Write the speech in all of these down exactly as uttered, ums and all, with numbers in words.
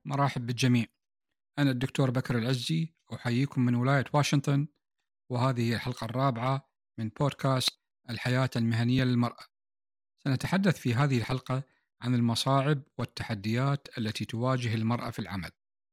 مرحب بالجميع. أنا الدكتور بكر العزي، أحييكم من ولاية واشنطن، وهذه هي الحلقة الرابعة من بودكاست الحياة المهنية للمرأة. سنتحدث في هذه الحلقة عن المصاعب والتحديات التي تواجه المرأة في العمل.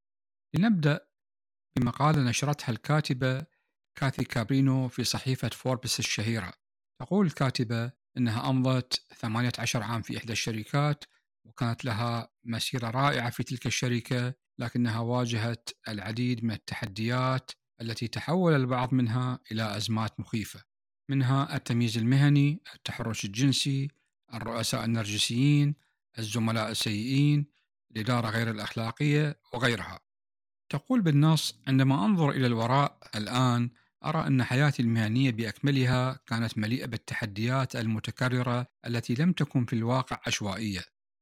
لنبدأ بمقالة نشرتها الكاتبة كاثي كابرينو في صحيفة فوربس الشهيرة. تقول الكاتبة أنها أمضت ثمانية عشر عام في إحدى الشركات، وكانت لها مسيرة رائعة في تلك الشركة، لكنها واجهت العديد من التحديات التي تحول البعض منها إلى أزمات مخيفة، منها التمييز المهني، التحرش الجنسي، الرؤساء النرجسيين، الزملاء السيئين، الإدارة غير الأخلاقية وغيرها. تقول بالنص: عندما أنظر إلى الوراء الآن أرى أن حياتي المهنية بأكملها كانت مليئة بالتحديات المتكررة التي لم تكن في الواقع عشوائية.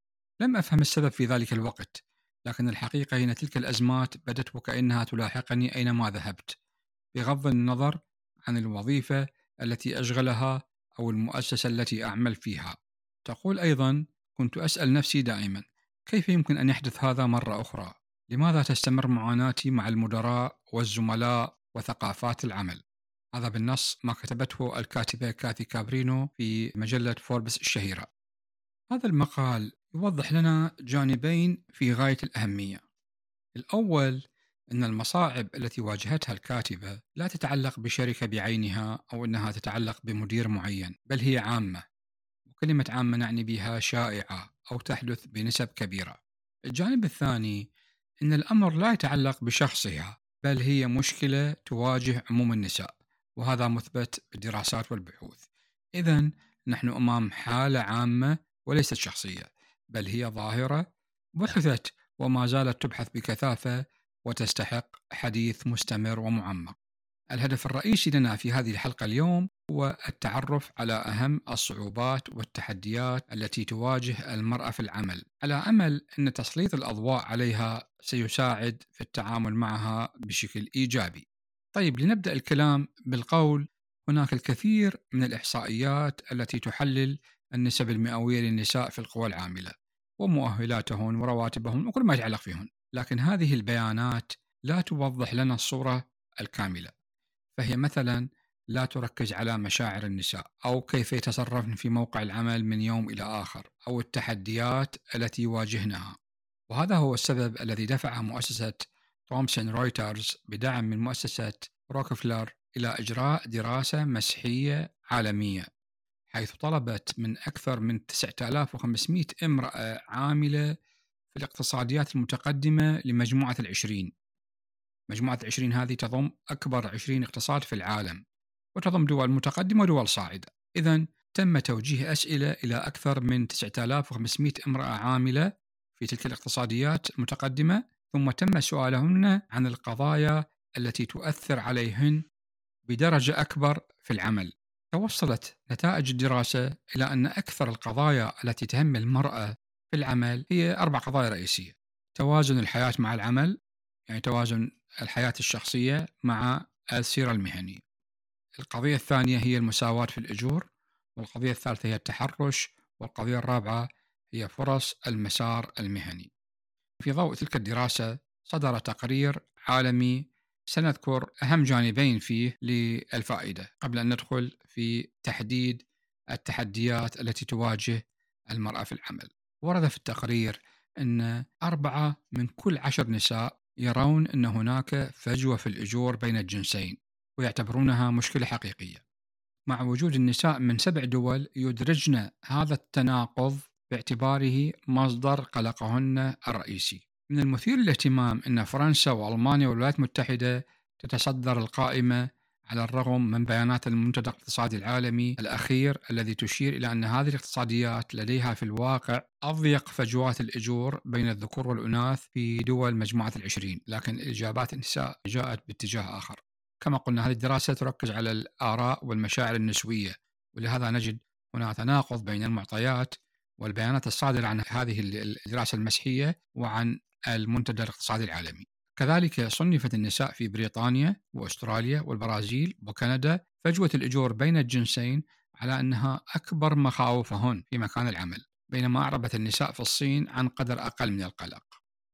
لم أفهم السبب في ذلك الوقت، لكن الحقيقة هي أن تلك الأزمات بدت وكأنها تلاحقني أينما ذهبت، بغض النظر عن الوظيفة التي أشغلها أو المؤسسة التي أعمل فيها. تقول أيضا: كنت أسأل نفسي دائما، كيف يمكن أن يحدث هذا مرة أخرى؟ لماذا تستمر معاناتي مع المدراء والزملاء وثقافات العمل؟ هذا بالنص ما كتبته الكاتبة كاثي كابرينو في مجلة فوربس الشهيرة. هذا المقال يوضح لنا جانبين في غاية الأهمية. الأول، أن المصاعب التي واجهتها الكاتبة لا تتعلق بشركة بعينها أو أنها تتعلق بمدير معين، بل هي عامة، وكلمة عامة نعني بها شائعة أو تحدث بنسب كبيرة. الجانب الثاني، أن الأمر لا يتعلق بشخصها، بل هي مشكلة تواجه عموم النساء، وهذا مثبت بالدراسات والبحوث. إذن نحن أمام حالة عامة وليست شخصية، بل هي ظاهرة بحثت وما زالت تبحث بكثافة وتستحق حديث مستمر ومعمق. الهدف الرئيسي لنا في هذه الحلقة اليوم هو التعرف على أهم الصعوبات والتحديات التي تواجه المرأة في العمل، على أمل أن تسليط الأضواء عليها سيساعد في التعامل معها بشكل إيجابي. طيب، لنبدأ الكلام بالقول: هناك الكثير من الإحصائيات التي تحلل النسب المئوية للنساء في القوى العاملة ومؤهلاتهن ورواتبهن وكل ما يتعلق فيهن، لكن هذه البيانات لا توضح لنا الصورة الكاملة. فهي مثلا لا تركز على مشاعر النساء أو كيف يتصرفن في موقع العمل من يوم إلى آخر أو التحديات التي يواجهنها. وهذا هو السبب الذي دفع مؤسسة تومسون رويترز بدعم من مؤسسة روكفلر إلى إجراء دراسة مسحية عالمية، حيث طلبت من أكثر من تسعة آلاف وخمسمئة امرأة عاملة في الاقتصاديات المتقدمة لمجموعة العشرين. مجموعة العشرين هذه تضم أكبر عشرين اقتصاد في العالم، وتضم دول متقدمة ودول صاعدة. إذن تم توجيه أسئلة إلى أكثر من تسعة آلاف وخمسمئة امرأة عاملة في تلك الاقتصاديات المتقدمة، ثم تم سؤالهن عن القضايا التي تؤثر عليهن بدرجة أكبر في العمل. توصلت نتائج الدراسة إلى أن أكثر القضايا التي تهم المرأة في العمل هي أربع قضايا رئيسية: توازن الحياة مع العمل، يعني توازن الحياة الشخصية مع السيرة المهنية. القضية الثانية هي المساواة في الأجور، والقضية الثالثة هي التحرش، والقضية الرابعة هي فرص المسار المهني. في ضوء تلك الدراسة صدر تقرير عالمي سنذكر أهم جانبين فيه للفائدة قبل أن ندخل في تحديد التحديات التي تواجه المرأة في العمل. ورد في التقرير أن أربعة من كل عشر نساء يرون أن هناك فجوة في الأجور بين الجنسين، ويعتبرونها مشكلة حقيقية، مع وجود النساء من سبع دول يدرجن هذا التناقض باعتباره مصدر قلقهن الرئيسي. من المثير للاهتمام أن فرنسا وألمانيا والولايات المتحدة تتصدر القائمة، على الرغم من بيانات المنتدى الاقتصادي العالمي الأخير الذي تشير إلى أن هذه الاقتصاديات لديها في الواقع أضيق فجوات الأجور بين الذكور والإناث في دول مجموعة العشرين، لكن إجابات النساء جاءت باتجاه آخر. كما قلنا، هذه الدراسة تركز على الآراء والمشاعر النسوية، ولهذا نجد هنا تناقض بين المعطيات والبيانات الصادرة عن هذه الدراسة المسحية وعن المنتدى الاقتصادي العالمي. كذلك صنفت النساء في بريطانيا وأستراليا والبرازيل وكندا فجوة الأجور بين الجنسين على أنها أكبر مخاوفهن في مكان العمل، بينما أعربت النساء في الصين عن قدر أقل من القلق.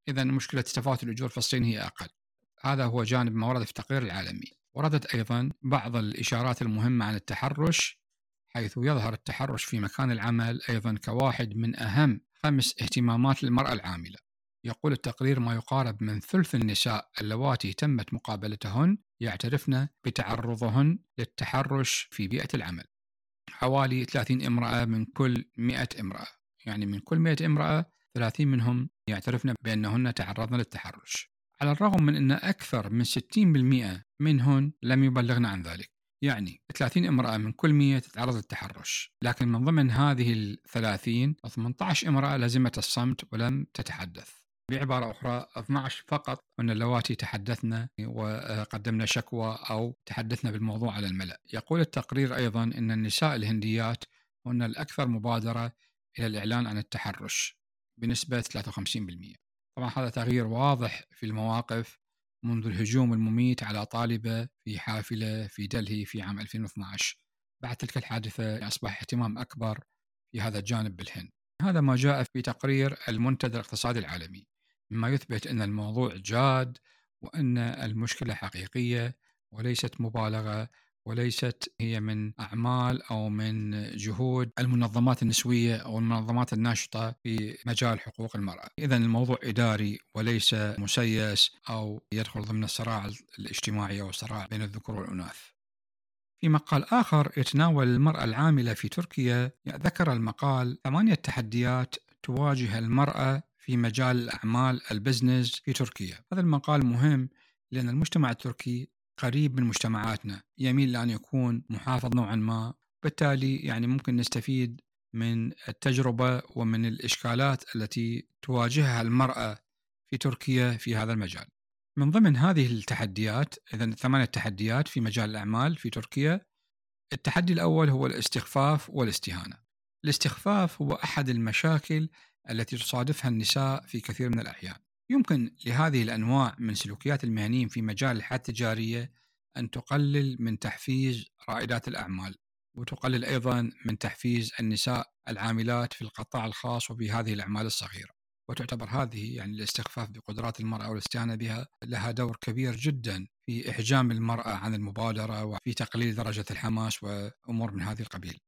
إذا مشكلة تفاوت الأجور في الصين هي أقل. هذا هو جانب ما ورد في التقرير العالمي. وردت أيضا بعض الإشارات المهمة عن التحرش، حيث يظهر التحرش في مكان العمل أيضا كواحد من أهم خمس اهتمامات للمرأة العاملة. يقول التقرير ما يقارب من ثلث النساء اللواتي تمت مقابلتهن يعترفن بتعرضهن للتحرش في بيئة العمل. حوالي ثلاثين امرأة من كل مئة امرأة، يعني من كل مئة امرأة ثلاثين منهم يعترفن بأنهن تعرضن للتحرش، على الرغم من أن أكثر من ستين بالمئة منهن لم يبلغن عن ذلك. يعني ثلاثين امرأة من كل مئة تتعرض للتحرش، لكن من ضمن هذه الثلاثين ثمانية عشر امرأة لزمت الصمت ولم تتحدث. بعبارة أخرى اثني عشر فقط من اللواتي تحدثنا وقدمنا شكوى أو تحدثنا بالموضوع على الملأ. يقول التقرير أيضا أن النساء الهنديات هن الأكثر مبادرة إلى الإعلان عن التحرش بنسبة ثلاثة وخمسين بالمئة. طبعا هذا تغيير واضح في المواقف منذ الهجوم المميت على طالبة في حافلة في دلهي في عام ألفين واثني عشر. بعد تلك الحادثة أصبح اهتمام أكبر في هذا الجانب بالهند. هذا ما جاء في تقرير المنتدى الاقتصادي العالمي، مما يثبت أن الموضوع جاد وأن المشكلة حقيقية وليست مبالغة، وليست هي من أعمال أو من جهود المنظمات النسوية أو المنظمات الناشطة في مجال حقوق المرأة. إذن الموضوع إداري وليس مسيس أو يدخل ضمن الصراع الاجتماعي أو الصراع بين الذكور والأناث. في مقال آخر يتناول المرأة العاملة في تركيا، ذكر المقال ثمانية تحديات تواجه المرأة في مجال الأعمال البزنس في تركيا. هذا المقال مهم لأن المجتمع التركي قريب من مجتمعاتنا، يميل لأن يكون محافظ نوعا ما، بالتالي يعني ممكن نستفيد من التجربة ومن الإشكالات التي تواجهها المرأة في تركيا في هذا المجال. من ضمن هذه التحديات، إذن ثمانية تحديات في مجال الأعمال في تركيا. التحدي الأول هو الاستخفاف والاستهانة. الاستخفاف هو أحد المشاكل التي تصادفها النساء في كثير من الأحيان. يمكن لهذه الأنواع من سلوكيات المهنيين في مجال الحياة التجارية أن تقلل من تحفيز رائدات الأعمال، وتقلل أيضا من تحفيز النساء العاملات في القطاع الخاص وفي هذه الأعمال الصغيرة. وتعتبر هذه يعني الاستخفاف بقدرات المرأة والاستهانة بها لها دور كبير جدا في إحجام المرأة عن المبادرة وفي تقليل درجة الحماس وأمور من هذه القبيل.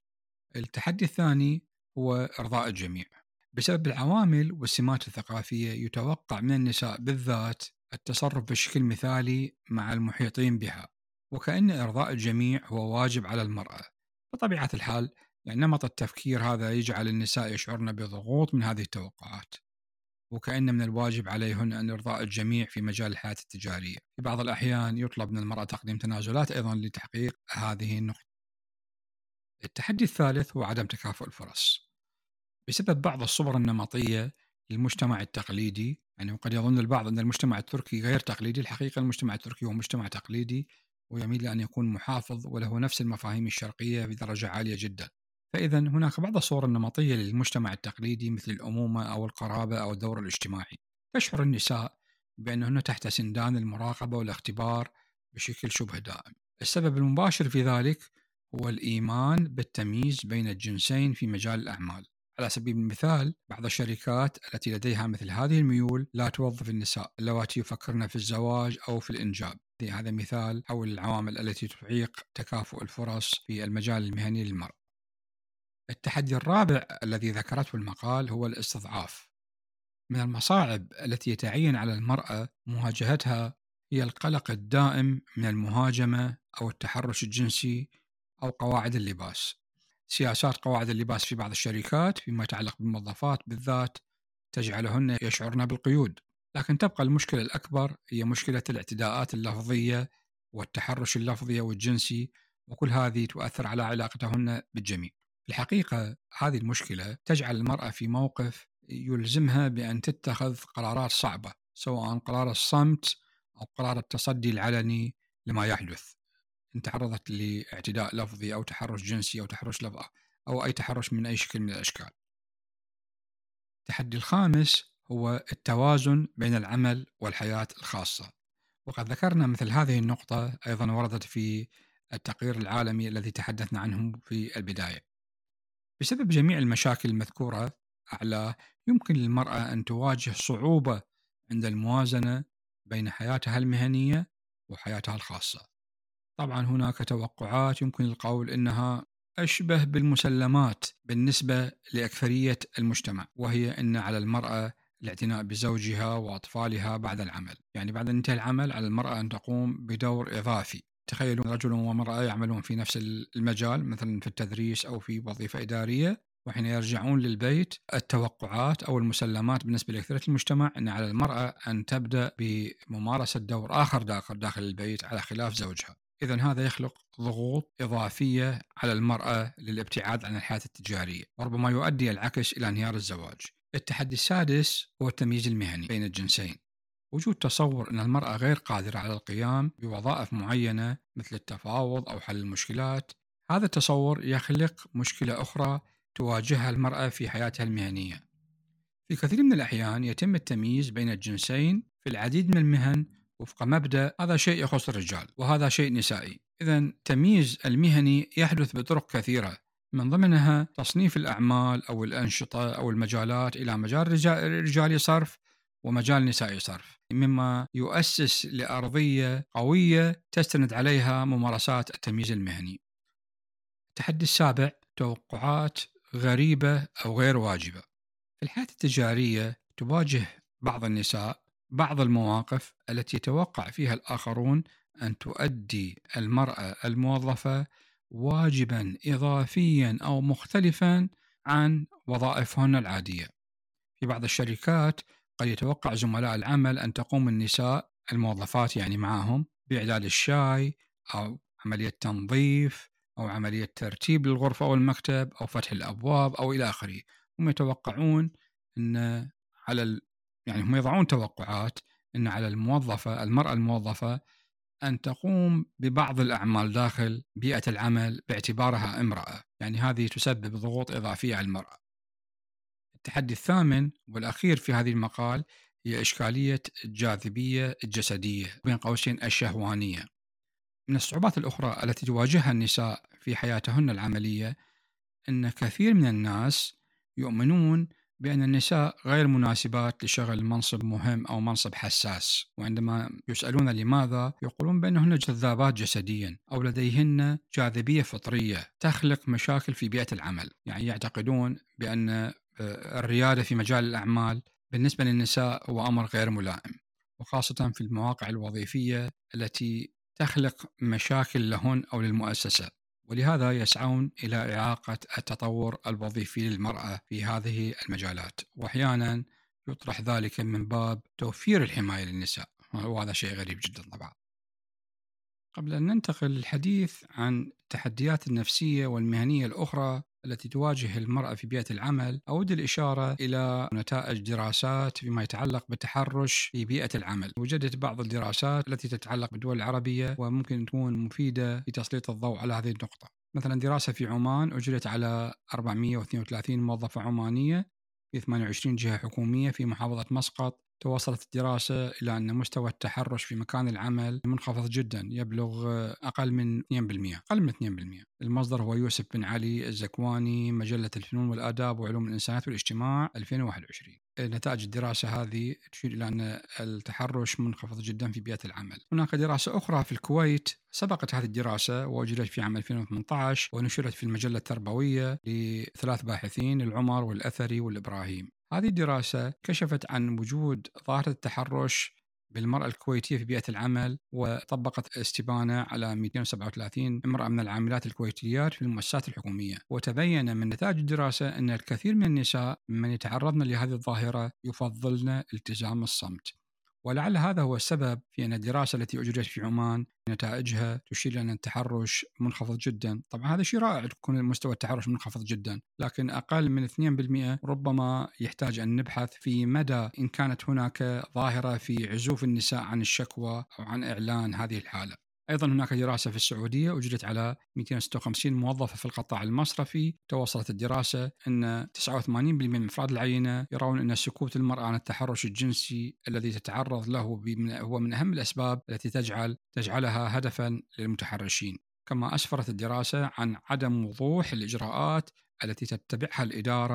التحدي الثاني هو إرضاء الجميع. بسبب العوامل والسمات الثقافية يتوقع من النساء بالذات التصرف بشكل مثالي مع المحيطين بها، وكأن إرضاء الجميع هو واجب على المرأة. بطبيعة الحال يعني نمط التفكير هذا يجعل النساء يشعرن بضغوط من هذه التوقعات، وكأن من الواجب عليهن أن إرضاء الجميع في مجال الحياة التجارية. في بعض الأحيان يطلب من المرأة تقديم تنازلات أيضا لتحقيق هذه النقطة. التحدي الثالث هو عدم تكافؤ الفرص. بسبب بعض الصور النمطية للمجتمع التقليدي، يعني قد يظن البعض أن المجتمع التركي غير تقليدي. الحقيقة المجتمع التركي هو مجتمع تقليدي ويميل لأن يكون محافظ وله نفس المفاهيم الشرقية بدرجة عالية جدا. فإذا هناك بعض الصور النمطية للمجتمع التقليدي مثل الأمومة أو القرابة أو الدور الاجتماعي. تشعر النساء بأنهن تحت سندان المراقبة والاختبار بشكل شبه دائم. السبب المباشر في ذلك هو الإيمان بالتمييز بين الجنسين في مجال الأعمال. على سبيل المثال، بعض الشركات التي لديها مثل هذه الميول لا توظف النساء اللواتي يفكرن في الزواج أو في الإنجاب. هذا مثال حول العوامل التي تعيق تكافؤ الفرص في المجال المهني للمرأة. التحدي الرابع الذي ذكرته المقال هو الاستضعاف. من المصاعب التي يتعين على المرأة مواجهتها هي القلق الدائم من المهاجمة أو التحرش الجنسي أو قواعد اللباس. سياسات قواعد اللباس في بعض الشركات فيما يتعلق بالموظفات بالذات تجعلهن يشعرن بالقيود، لكن تبقى المشكلة الأكبر هي مشكلة الاعتداءات اللفظية والتحرش اللفظي والجنسي، وكل هذه تؤثر على علاقتهن بالجميع. في الحقيقة هذه المشكلة تجعل المرأة في موقف يلزمها بأن تتخذ قرارات صعبة، سواء قرار الصمت أو قرار التصدي العلني لما يحدث إن تعرضت لاعتداء لفظي أو تحرش جنسي أو تحرش لفظي أو أي تحرش من أي شكل من الأشكال. التحدي الخامس هو التوازن بين العمل والحياة الخاصة، وقد ذكرنا مثل هذه النقطة أيضا وردت في التقرير العالمي الذي تحدثنا عنه في البداية. بسبب جميع المشاكل المذكورة أعلاه يمكن للمرأة أن تواجه صعوبة عند الموازنة بين حياتها المهنية وحياتها الخاصة. طبعا هناك توقعات يمكن القول أنها أشبه بالمسلمات بالنسبة لأكثرية المجتمع، وهي أن على المرأة الاعتناء بزوجها وأطفالها بعد العمل. يعني بعد انتهاء العمل على المرأة أن تقوم بدور إضافي. تخيلوا رجل ومرأة يعملون في نفس المجال، مثلا في التدريس أو في وظيفة إدارية، وحين يرجعون للبيت التوقعات أو المسلمات بالنسبة لأكثرية المجتمع أن على المرأة أن تبدأ بممارسة دور آخر داخل داخل البيت على خلاف زوجها. إذن هذا يخلق ضغوط إضافية على المرأة للابتعاد عن الحياة التجارية، وربما يؤدي العكس إلى انهيار الزواج. التحدي السادس هو التمييز المهني بين الجنسين. وجود تصور أن المرأة غير قادرة على القيام بوظائف معينة مثل التفاوض أو حل المشكلات، هذا التصور يخلق مشكلة أخرى تواجهها المرأة في حياتها المهنية. في كثير من الأحيان يتم التمييز بين الجنسين في العديد من المهن وفق مبدأ هذا شيء يخص الرجال وهذا شيء نسائي. إذن التمييز المهني يحدث بطرق كثيرة، من ضمنها تصنيف الأعمال أو الأنشطة أو المجالات إلى مجال رجالي صرف ومجال نسائي صرف، مما يؤسس لأرضية قوية تستند عليها ممارسات التمييز المهني. التحدي السابع توقعات غريبة أو غير واجبة. في الحياة التجارية تواجه بعض النساء بعض المواقف التي يتوقع فيها الآخرون أن تؤدي المرأة الموظفة واجبا إضافيا أو مختلفا عن وظائفهن العادية. في بعض الشركات قد يتوقع زملاء العمل أن تقوم النساء الموظفات يعني معهم بإعداد الشاي أو عملية تنظيف أو عملية ترتيب للغرفة أو المكتب أو فتح الأبواب أو إلى آخره. هم يتوقعون أن على ال... يعني هم يضعون توقعات أن على الموظفة المرأة الموظفة أن تقوم ببعض الأعمال داخل بيئة العمل باعتبارها امرأة، يعني هذه تسبب ضغوط إضافية على المرأة. التحدي الثامن والأخير في هذه المقال هي إشكالية الجاذبية الجسدية بين قوسين الشهوانية. من الصعوبات الأخرى التي تواجهها النساء في حياتهن العملية أن كثير من الناس يؤمنون بأن النساء غير مناسبات لشغل منصب مهم أو منصب حساس، وعندما يسألون لماذا يقولون بأنهن جذابات جسديا أو لديهن جاذبية فطرية تخلق مشاكل في بيئة العمل. يعني يعتقدون بأن الريادة في مجال الأعمال بالنسبة للنساء هو أمر غير ملائم، وخاصة في المواقع الوظيفية التي تخلق مشاكل لهن أو للمؤسسة، ولهذا يسعون إلى إعاقة التطور الوظيفي للمرأة في هذه المجالات، وأحيانا يطرح ذلك من باب توفير الحماية للنساء، وهذا شيء غريب جدا طبعا. قبل أن ننتقل للحديث عن التحديات النفسية والمهنية الأخرى التي تواجه المرأة في بيئة العمل، أود الإشارة إلى نتائج دراسات فيما يتعلق بالتحرش في بيئة العمل. وجدت بعض الدراسات التي تتعلق بالدول العربية وممكن تكون مفيدة في تسليط الضوء على هذه النقطة. مثلا دراسة في عمان أجرت على أربعمئة واثنين وثلاثين موظفة عمانية في ثمانية وعشرين جهة حكومية في محافظة مسقط. توصلت الدراسة إلى أن مستوى التحرش في مكان العمل منخفض جدا، يبلغ أقل من اثنين بالمئة. أقل من اثنين بالمئة. المصدر هو يوسف بن علي الزكواني، مجلة الفنون والآداب وعلوم الإنسانيات والاجتماع ألفين وواحد وعشرين. نتائج الدراسة هذه تشير إلى أن التحرش منخفض جدا في بيئة العمل. هناك دراسة أخرى في الكويت سبقت هذه الدراسة وأجرت في عام ألفين وثمانية عشر ونشرت في المجلة التربوية لثلاث باحثين، العمر والأثري والإبراهيم. هذه الدراسة كشفت عن وجود ظاهرة التحرش بالمرأة الكويتية في بيئة العمل، وطبقت استبانة على مئتين وسبعة وثلاثين امرأة من العاملات الكويتيات في المؤسسات الحكومية. وتبين من نتائج الدراسة أن الكثير من النساء من يتعرضن لهذه الظاهرة يفضلن التزام الصمت، ولعل هذا هو السبب في أن الدراسة التي أجرت في عمان نتائجها تشير إلى أن التحرش منخفض جدا. طبعا هذا شيء رائع يكون مستوى التحرش منخفض جدا، لكن أقل من اثنين بالمئة ربما يحتاج أن نبحث في مدى إن كانت هناك ظاهرة في عزوف النساء عن الشكوى أو عن إعلان هذه الحالة. أيضا هناك دراسة في السعودية أجرت على مئتين وستة وخمسين موظفة في القطاع المصرفي. توصلت الدراسة أن تسعة وثمانين بالمئة من أفراد العينة يرون أن سكوت المرأة عن التحرش الجنسي الذي تتعرض له هو من أهم الأسباب التي تجعل تجعلها هدفا للمتحرشين. كما أسفرت الدراسة عن عدم وضوح الإجراءات التي تتبعها الإدارة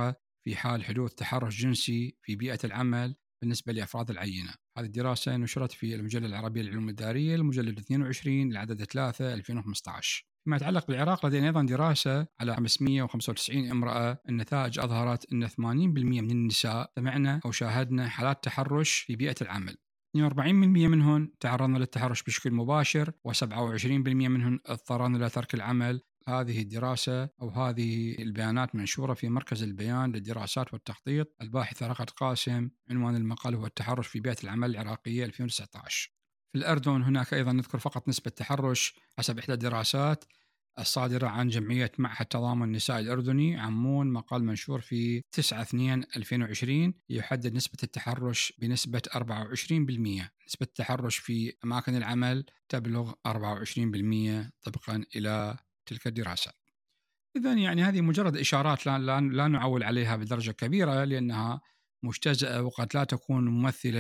في حال حدوث تحرش جنسي في بيئة العمل بالنسبة لأفراد العينة. هذه الدراسة نشرت في المجلة العربية للعلوم الإدارية المجلد اثنين وعشرين العدد ثلاثة ألفين وخمسة عشر. فيما يتعلق بالعراق لدينا أيضا دراسة على خمسمئة وخمسة وتسعين امرأة. النتائج أظهرت أن ثمانين بالمئة من النساء سمعنا أو شاهدنا حالات تحرش في بيئة العمل. اثنين وأربعين بالمئة منهن تعرضن للتحرش بشكل مباشر، وسبعة وعشرين بالمئة منهن اضطرن إلى ترك العمل. هذه الدراسة أو هذه البيانات منشورة في مركز البيان للدراسات والتخطيط الباحثة رغد قاسم. عنوان المقال هو التحرش في بيئة العمل العراقية ألفين وتسعة عشر. في الأردن هناك أيضا نذكر فقط نسبة تحرش حسب إحدى الدراسات الصادرة عن جمعية معهد تضامن النساء الأردني عمون، مقال منشور في تسعة اثنين ألفين وعشرين يحدد نسبة التحرش بنسبة أربعة وعشرين بالمئة. نسبة التحرش في أماكن العمل تبلغ أربعة وعشرين بالمئة طبقا إلى تلك الدراسة. إذن يعني هذه مجرد إشارات لا, لا, لا نعول عليها بدرجة كبيرة لأنها مجتزأة وقد لا تكون ممثلة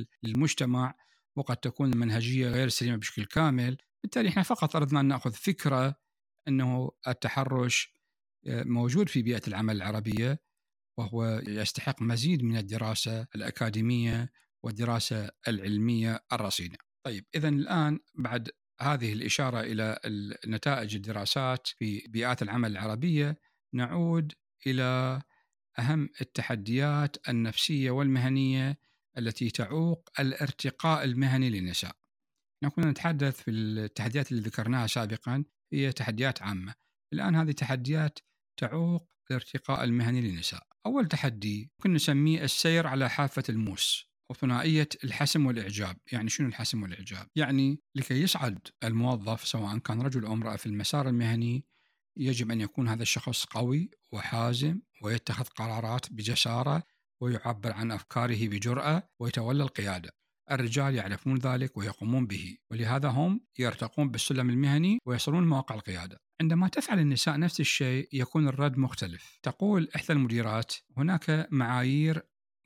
للمجتمع وقد تكون المنهجية غير سليمة بشكل كامل. بالتالي إحنا فقط أردنا أن نأخذ فكرة أنه التحرش موجود في بيئة العمل العربية وهو يستحق مزيد من الدراسة الأكاديمية والدراسة العلمية الرصينة. طيب إذن الآن بعد هذه الإشارة إلى نتائج الدراسات في بيئات العمل العربية نعود إلى أهم التحديات النفسية والمهنية التي تعوق الارتقاء المهني للنساء. نحن نتحدث في التحديات اللي ذكرناها سابقا هي تحديات عامة. الآن هذه تحديات تعوق الارتقاء المهني للنساء. أول تحدي ممكن نسميه السير على حافة الموس وثنائية الحسم والإعجاب. يعني شنو الحسم والإعجاب؟ يعني لكي يصعد الموظف سواء كان رجل أو امرأة في المسار المهني يجب أن يكون هذا الشخص قوي وحازم ويتخذ قرارات بجسارة ويعبر عن أفكاره بجرأة ويتولى القيادة. الرجال يعرفون ذلك ويقومون به، ولهذا هم يرتقون بالسلم المهني ويصلون مواقع القيادة. عندما تفعل النساء نفس الشيء يكون الرد مختلف. تقول إحدى المديرات هناك معايير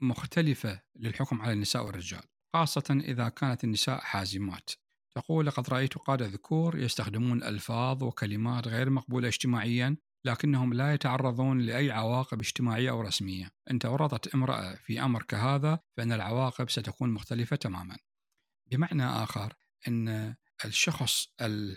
مختلفة للحكم على النساء والرجال، خاصة إذا كانت النساء حازمات. تقول لقد رأيت قادة ذكور يستخدمون ألفاظ وكلمات غير مقبولة اجتماعيا لكنهم لا يتعرضون لأي عواقب اجتماعية أو رسمية. أنت ورطت امرأة في أمر كهذا فإن العواقب ستكون مختلفة تماما. بمعنى آخر أن الشخص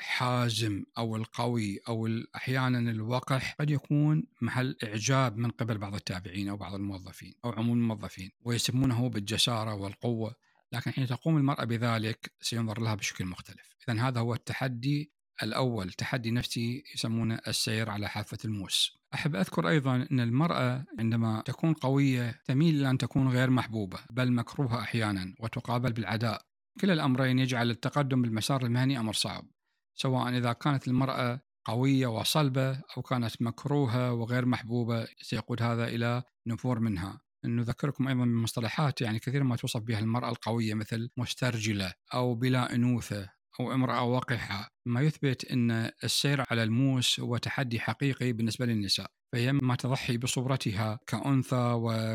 الحازم أو القوي أو أحيانا الوقح قد يكون محل إعجاب من قبل بعض التابعين أو بعض الموظفين أو عموم الموظفين ويسمونه بالجسارة والقوة، لكن حين تقوم المرأة بذلك سينظر لها بشكل مختلف. إذن هذا هو التحدي الأول، تحدي نفسي يسمونه السير على حافة الموس. أحب أذكر أيضا أن المرأة عندما تكون قوية تميل إلى أن تكون غير محبوبة بل مكروهة أحيانا وتقابل بالعداء. كلا الأمرين يجعل التقدم بالمسار المهني أمر صعب، سواء إذا كانت المرأة قوية وصلبة أو كانت مكروهة وغير محبوبة سيقود هذا إلى نفور منها. نذكركم أيضا من مصطلحات يعني كثيرا ما توصف بها المرأة القوية مثل مسترجلة أو بلا أنوثة أو امرأة وقحة، ما يثبت أن السير على الموس هو تحدي حقيقي بالنسبة للنساء. فهي ما تضحي بصورتها كأنثى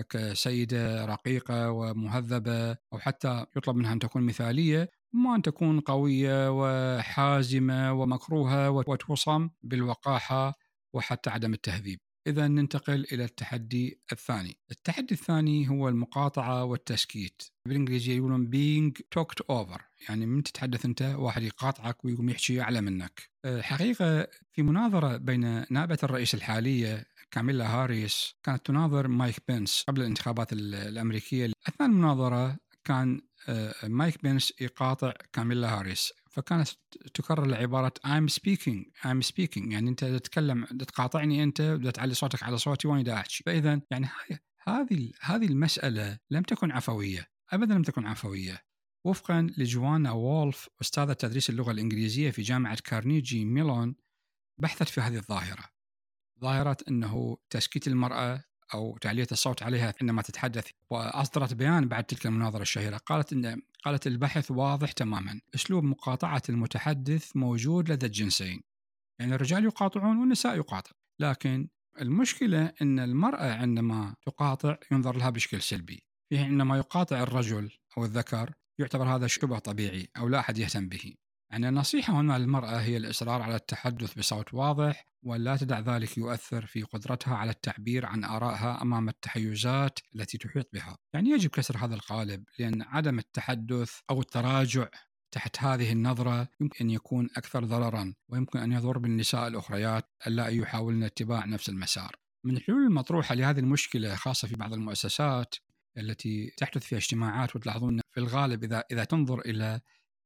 وكسيدة رقيقة ومهذبة أو حتى يطلب منها أن تكون مثالية، ما أن تكون قوية وحازمة ومكروهة وتوصم بالوقاحة وحتى عدم التهذيب. إذا ننتقل إلى التحدي الثاني. التحدي الثاني هو المقاطعة والتسكيت. بالإنجليزية يقولون being talked over، يعني من تتحدث أنت واحد يقاطعك ويقوم يحكي أعلى منك. الحقيقة في مناظرة بين نائبة الرئيس الحالية كاميلا هاريس كانت تناظر مايك بنس قبل الانتخابات الأمريكية. أثناء المناظرة كان مايك بنس يقاطع كاميلا هاريس، فكانت تكرر العبارة I'm speaking I'm speaking، يعني أنت تتكلم تقاطعني أنت وتعلي صوتك على صوتي وأنا دا أحكي. فإذا يعني هذه هذه المسألة لم تكن عفوية أبدا، لم تكن عفوية. وفقا لجوانا وولف أستاذة تدريس اللغة الإنجليزية في جامعة كارنيجي ميلون بحثت في هذه الظاهرة، ظاهرة أنه تسكيت المرأة أو تعلية الصوت عليها عندما تتحدث. وأصدرت بيان بعد تلك المناظرة الشهيرة قالت إن قالت البحث واضح تماما، أسلوب مقاطعة المتحدث موجود لدى الجنسين، يعني الرجال يقاطعون والنساء يقاطع، لكن المشكلة أن المرأة عندما تقاطع ينظر لها بشكل سلبي، فيه عندما يقاطع الرجل أو الذكر يعتبر هذا شبه طبيعي أو لا أحد يهتم به. يعني النصيحة هنا للمرأة هي الإصرار على التحدث بصوت واضح، ولا تدع ذلك يؤثر في قدرتها على التعبير عن آرائها أمام التحيزات التي تحيط بها. يعني يجب كسر هذا القالب، لأن عدم التحدث أو التراجع تحت هذه النظرة يمكن أن يكون أكثر ضرراً، ويمكن أن يضر بالنساء الأخريات اللائي يحاولن اتباع نفس المسار. من الحلول المطروحة لهذه المشكلة، خاصة في بعض المؤسسات التي تحدث فيها اجتماعات، وتلاحظون في الغالب إذا إذا تنظر إلى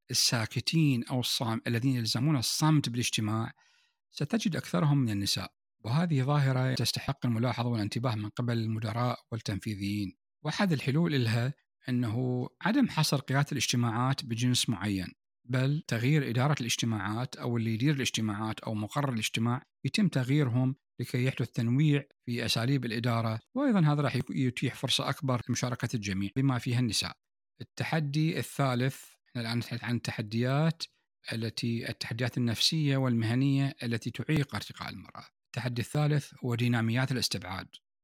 الساكتين أو الصام الذين يلزمون الصمت بالاجتماع، ستجد أكثرهم من النساء، وهذه ظاهرة تستحق الملاحظة والانتباه من قبل المدراء والتنفيذيين. وأحد الحلول لها أنه عدم حصر قيادة الاجتماعات بجنس معين، بل تغيير إدارة الاجتماعات أو اللي يدير الاجتماعات أو مقرر الاجتماع يتم تغييرهم لكي يحدث تنويع في أساليب الإدارة، وأيضا هذا راح يتيح فرصة أكبر لمشاركة الجميع بما فيها النساء. التحدي الثالث، احنا الآن نتحدث عن التحديات التي التحديات النفسية والمهنية التي تعيق ارتقاء المرأة. التحدي الثالث هو ديناميات الاستبعاد.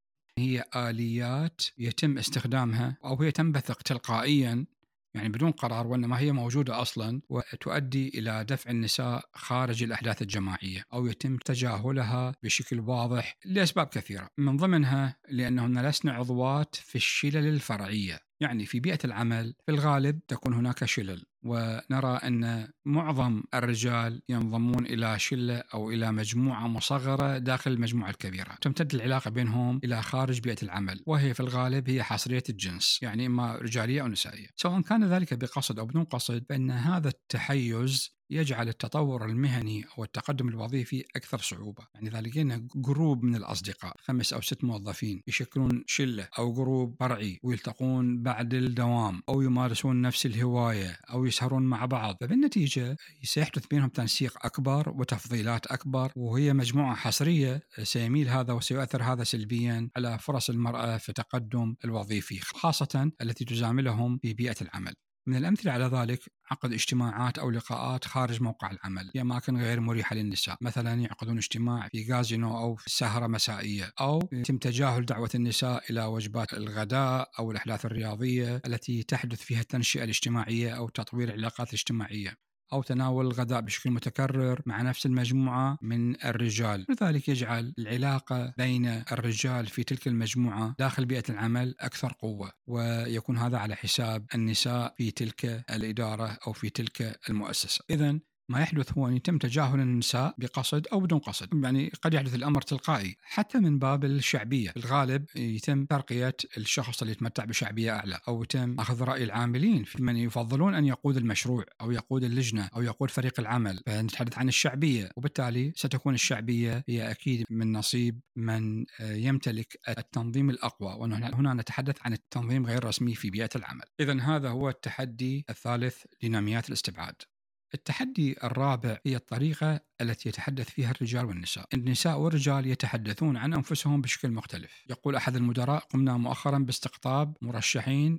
هي آليات يتم استخدامها أو هي تنبثق تلقائيا، يعني بدون قرار، وإنما هي موجودة أصلا، وتؤدي إلى دفع النساء خارج الأحداث الجماعية أو يتم تجاهلها بشكل واضح لأسباب كثيرة، من ضمنها لأنهن لسن عضوات في الشلل الفرعية. يعني في بيئة العمل في الغالب تكون هناك شلل، ونرى أن معظم الرجال ينضمون إلى شلة أو إلى مجموعة مصغرة داخل المجموعة الكبيرة، تمتد العلاقة بينهم إلى خارج بيئة العمل، وهي في الغالب هي حصرية الجنس، يعني إما رجالية أو نسائية. سواء كان ذلك بقصد أو بدون قصد، فإن هذا التحيز يجعل التطور المهني أو التقدم الوظيفي أكثر صعوبة. يعني ذلك جروب من الأصدقاء، خمس أو ست موظفين يشكلون شلة أو جروب فرعي ويلتقون بعد الدوام أو يمارسون نفس الهواية أو يسهرون مع بعض، فبالنتيجة سيحدث بينهم تنسيق أكبر وتفضيلات أكبر، وهي مجموعة حصرية. سيميل هذا وسيؤثر هذا سلبيا على فرص المرأة في التقدم الوظيفي، خاصة التي تزاملهم في بيئة العمل. من الأمثلة على ذلك عقد اجتماعات أو لقاءات خارج موقع العمل في أماكن غير مريحة للنساء، مثلا يعقدون اجتماع في غازينو أو في سهرة مسائية، أو يتم تجاهل دعوة النساء إلى وجبات الغداء أو الأحداث الرياضية التي تحدث فيها التنشئة الاجتماعية أو تطوير العلاقات الاجتماعية، أو تناول الغداء بشكل متكرر مع نفس المجموعة من الرجال. لذلك يجعل العلاقة بين الرجال في تلك المجموعة داخل بيئة العمل أكثر قوة، ويكون هذا على حساب النساء في تلك الإدارة أو في تلك المؤسسة. إذن ما يحدث هو أن يتم تجاهل النساء بقصد أو بدون قصد، يعني قد يحدث الأمر تلقائي. حتى من باب الشعبية، في الغالب يتم ترقية الشخص اللي يتمتع بشعبية أعلى، أو يتم أخذ رأي العاملين في من يفضلون أن يقود المشروع أو يقود اللجنة أو يقود فريق العمل، فنتحدث عن الشعبية، وبالتالي ستكون الشعبية هي أكيد من نصيب من يمتلك التنظيم الأقوى، وهنا نتحدث عن التنظيم غير الرسمي في بيئة العمل. إذن هذا هو التحدي الثالث، ديناميات الاستبعاد. التحدي الرابع هي الطريقة التي يتحدث فيها الرجال والنساء. النساء والرجال يتحدثون عن أنفسهم بشكل مختلف. يقول أحد المدراء: قمنا مؤخرا باستقطاب مرشحين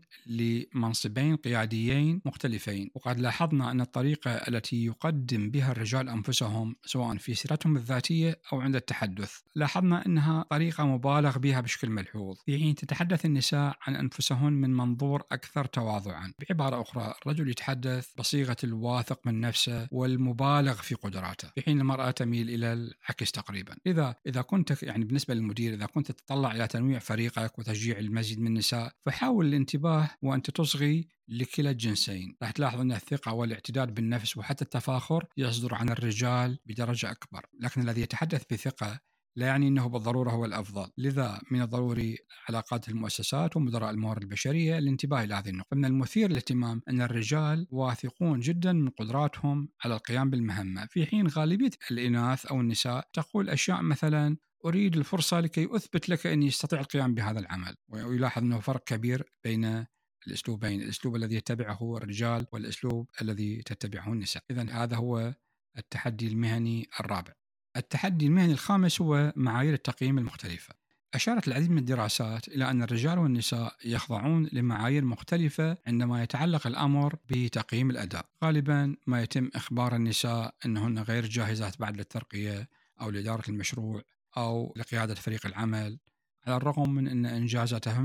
لمنصبين قياديين مختلفين، وقد لاحظنا أن الطريقة التي يقدم بها الرجال أنفسهم سواء في سيرتهم الذاتية أو عند التحدث، لاحظنا أنها طريقة مبالغ بها بشكل ملحوظ، في حين تتحدث النساء عن أنفسهن من منظور أكثر تواضعا. بعبارة أخرى، الرجل يتحدث بصيغة الواثق من نفسه والمبالغ في قدراته، في حين المرأة تميل إلى العكس تقريبا. إذا إذا كنت يعني بالنسبة للمدير، إذا كنت تتطلع إلى تنويع فريقك وتشجيع المزيد من النساء، فحاول الانتباه وأنت تصغي لكلا الجنسين. راح تلاحظ أن الثقة والاعتداد بالنفس وحتى التفاخر يصدر عن الرجال بدرجة أكبر، لكن الذي يتحدث بثقة لا يعني أنه بالضرورة هو الأفضل. لذا من الضروري علاقات المؤسسات ومدراء الموارد البشرية الانتباه إلى هذه النقطة. فمن المثير للاهتمام أن الرجال واثقون جدا من قدراتهم على القيام بالمهمة، في حين غالبية الإناث أو النساء تقول أشياء مثلا: أريد الفرصة لكي أثبت لك أني أستطيع القيام بهذا العمل. ويلاحظ أنه فرق كبير بين الأسلوبين، الأسلوب الذي يتبعه الرجال والأسلوب الذي تتبعه النساء. إذن هذا هو التحدي المهني الرابع. التحدي المهني الخامس هو معايير التقييم المختلفة. أشارت العديد من الدراسات إلى أن الرجال والنساء يخضعون لمعايير مختلفة عندما يتعلق الأمر بتقييم الأداء. غالبا ما يتم إخبار النساء أنهن غير جاهزات بعد للترقية أو لإدارة المشروع أو لقيادة فريق العمل، على الرغم من أن إنجازاتهن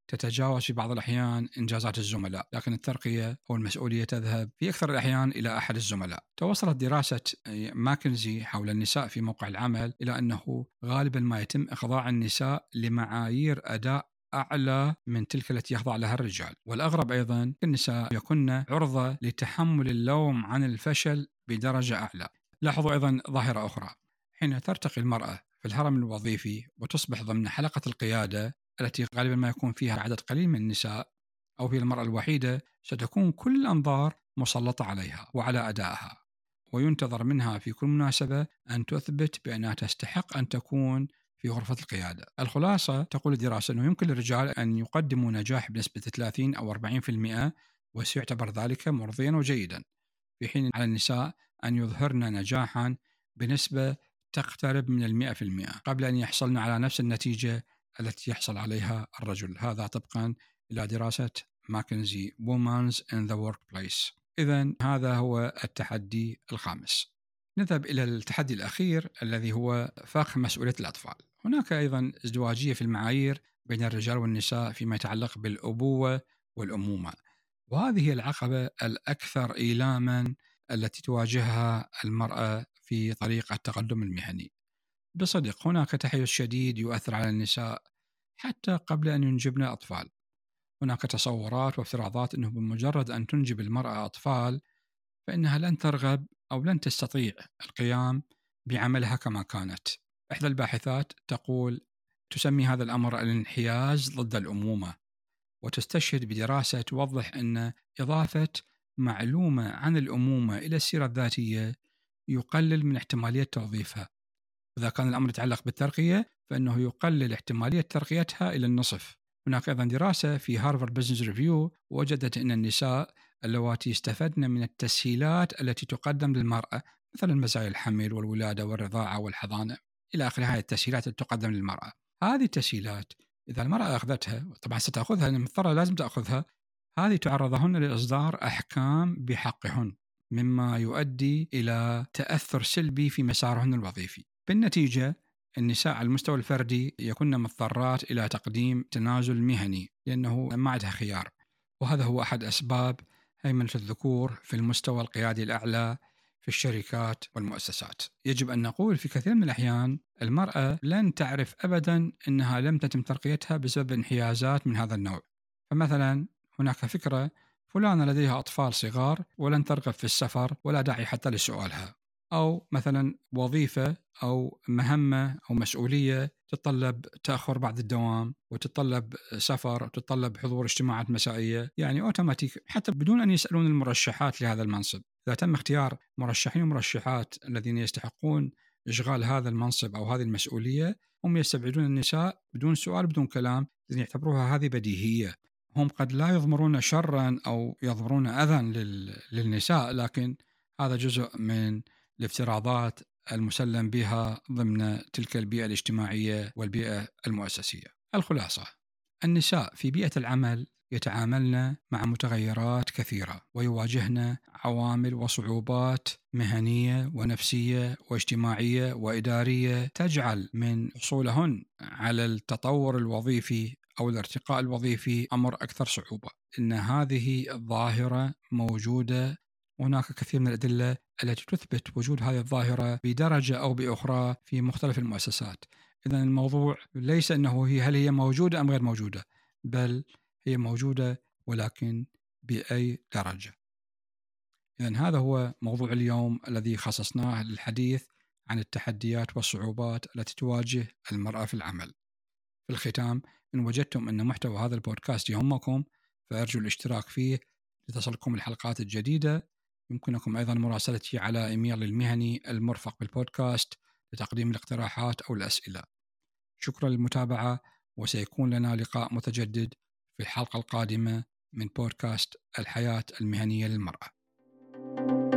تتجاوز في بعض الأحيان إنجازات الزملاء، لكن الترقية أو المسؤولية تذهب في أكثر الأحيان إلى أحد الزملاء. توصلت دراسة ماكنزي حول النساء في موقع العمل إلى أنه غالبا ما يتم إخضاع النساء لمعايير أداء أعلى من تلك التي يخضع لها الرجال. والأغرب أيضا النساء يكون عرضة لتحمل اللوم عن الفشل بدرجة أعلى. لاحظوا أيضا ظاهرة أخرى، حين ترتقي المرأة في الهرم الوظيفي وتصبح ضمن حلقة القيادة التي غالبا ما يكون فيها عدد قليل من النساء أو هي المرأة الوحيدة، ستكون كل الأنظار مسلطة عليها وعلى أدائها، وينتظر منها في كل مناسبة أن تثبت بأنها تستحق أن تكون في غرفة القيادة. الخلاصة تقول الدراسة أنه يمكن للرجال أن يقدموا نجاح بنسبة ثلاثين أو أربعين بالمئة وسيعتبر ذلك مرضيا وجيدا، في حين على النساء أن يظهرن نجاحا بنسبة تقترب من المئة في المئة قبل أن يحصلن على نفس النتيجة التي يحصل عليها الرجل. هذا طبقا إلى دراسة ماكنزي Women's in the Workplace. إذن هذا هو التحدي الخامس. نذهب إلى التحدي الأخير الذي هو فخ مسؤولية الأطفال. هناك أيضا ازدواجية في المعايير بين الرجال والنساء فيما يتعلق بالأبوة والأمومة، وهذه هي العقبة الأكثر إيلاما التي تواجهها المرأة في طريق التقدم المهني. بصدق هناك تحيز شديد يؤثر على النساء حتى قبل أن ينجبن أطفال. هناك تصورات وافتراضات أنه بمجرد أن تنجب المرأة أطفال فإنها لن ترغب أو لن تستطيع القيام بعملها كما كانت. إحدى الباحثات تقول تسمي هذا الأمر الانحياز ضد الأمومة، وتستشهد بدراسة توضح أن إضافة معلومة عن الأمومة إلى السيرة الذاتية يقلل من احتمالية توظيفها. إذا كان الأمر يتعلق بالترقية فإنه يقلل احتمالية ترقيتها إلى النصف. هناك أيضا دراسة في هارفارد بزنس ريفيو وجدت أن النساء اللواتي استفدن من التسهيلات التي تقدم للمرأة، مثلا مزايا الحمل والولادة والرضاعة والحضانة إلى آخر هذه التسهيلات التي تقدم للمرأة، هذه التسهيلات إذا المرأة أخذتها، طبعا ستأخذها مضطرة لازم تأخذها، هذه تعرضهن لإصدار أحكام بحقهن مما يؤدي إلى تأثر سلبي في مسارهن الوظيفي. بالنتيجة النساء على المستوى الفردي يكون مضطرات إلى تقديم تنازل مهني لأنه ما عندها خيار، وهذا هو أحد أسباب هيمنة الذكور في المستوى القيادي الأعلى في الشركات والمؤسسات. يجب أن نقول في كثير من الأحيان المرأة لن تعرف أبدا أنها لم تتم ترقيتها بسبب انحيازات من هذا النوع. فمثلا هناك فكرة فلانة لديها أطفال صغار ولن ترغب في السفر ولا داعي حتى لسؤالها، أو مثلا وظيفة أو مهمة أو مسؤولية تتطلب تأخر بعد الدوام وتتطلب سفر وتتطلب حضور اجتماعات مسائية، يعني أوتوماتيك حتى بدون أن يسألون المرشحات لهذا المنصب. إذا تم اختيار مرشحين ومرشحات الذين يستحقون إشغال هذا المنصب أو هذه المسؤولية، هم يستبعدون النساء بدون سؤال بدون كلام، لأن يعتبروها هذه بديهية. هم قد لا يضمرون شرا أو يضمرون أذى للنساء، لكن هذا جزء من الافتراضات المسلم بها ضمن تلك البيئة الاجتماعية والبيئة المؤسسية. الخلاصة، النساء في بيئة العمل يتعاملن مع متغيرات كثيرة ويواجهن عوامل وصعوبات مهنية ونفسية واجتماعية وإدارية تجعل من حصولهن على التطور الوظيفي أو الارتقاء الوظيفي أمر أكثر صعوبة. إن هذه الظاهرة موجودة، وهناك كثير من الأدلة التي تثبت وجود هذه الظاهرة بدرجة أو بأخرى في مختلف المؤسسات. إذن الموضوع ليس أنه هي هل هي موجودة أم غير موجودة، بل هي موجودة ولكن بأي درجة. إذن هذا هو موضوع اليوم الذي خصصناه للحديث عن التحديات والصعوبات التي تواجه المرأة في العمل. في الختام، إن وجدتم أن محتوى هذا البودكاست يهمكم فأرجو الاشتراك فيه لتصلكم الحلقات الجديدة. يمكنكم أيضا مراسلتي على إيميل المهني المرفق بالبودكاست لتقديم الاقتراحات أو الأسئلة. شكرا للمتابعة، وسيكون لنا لقاء متجدد في الحلقة القادمة من بودكاست الحياة المهنية للمرأة.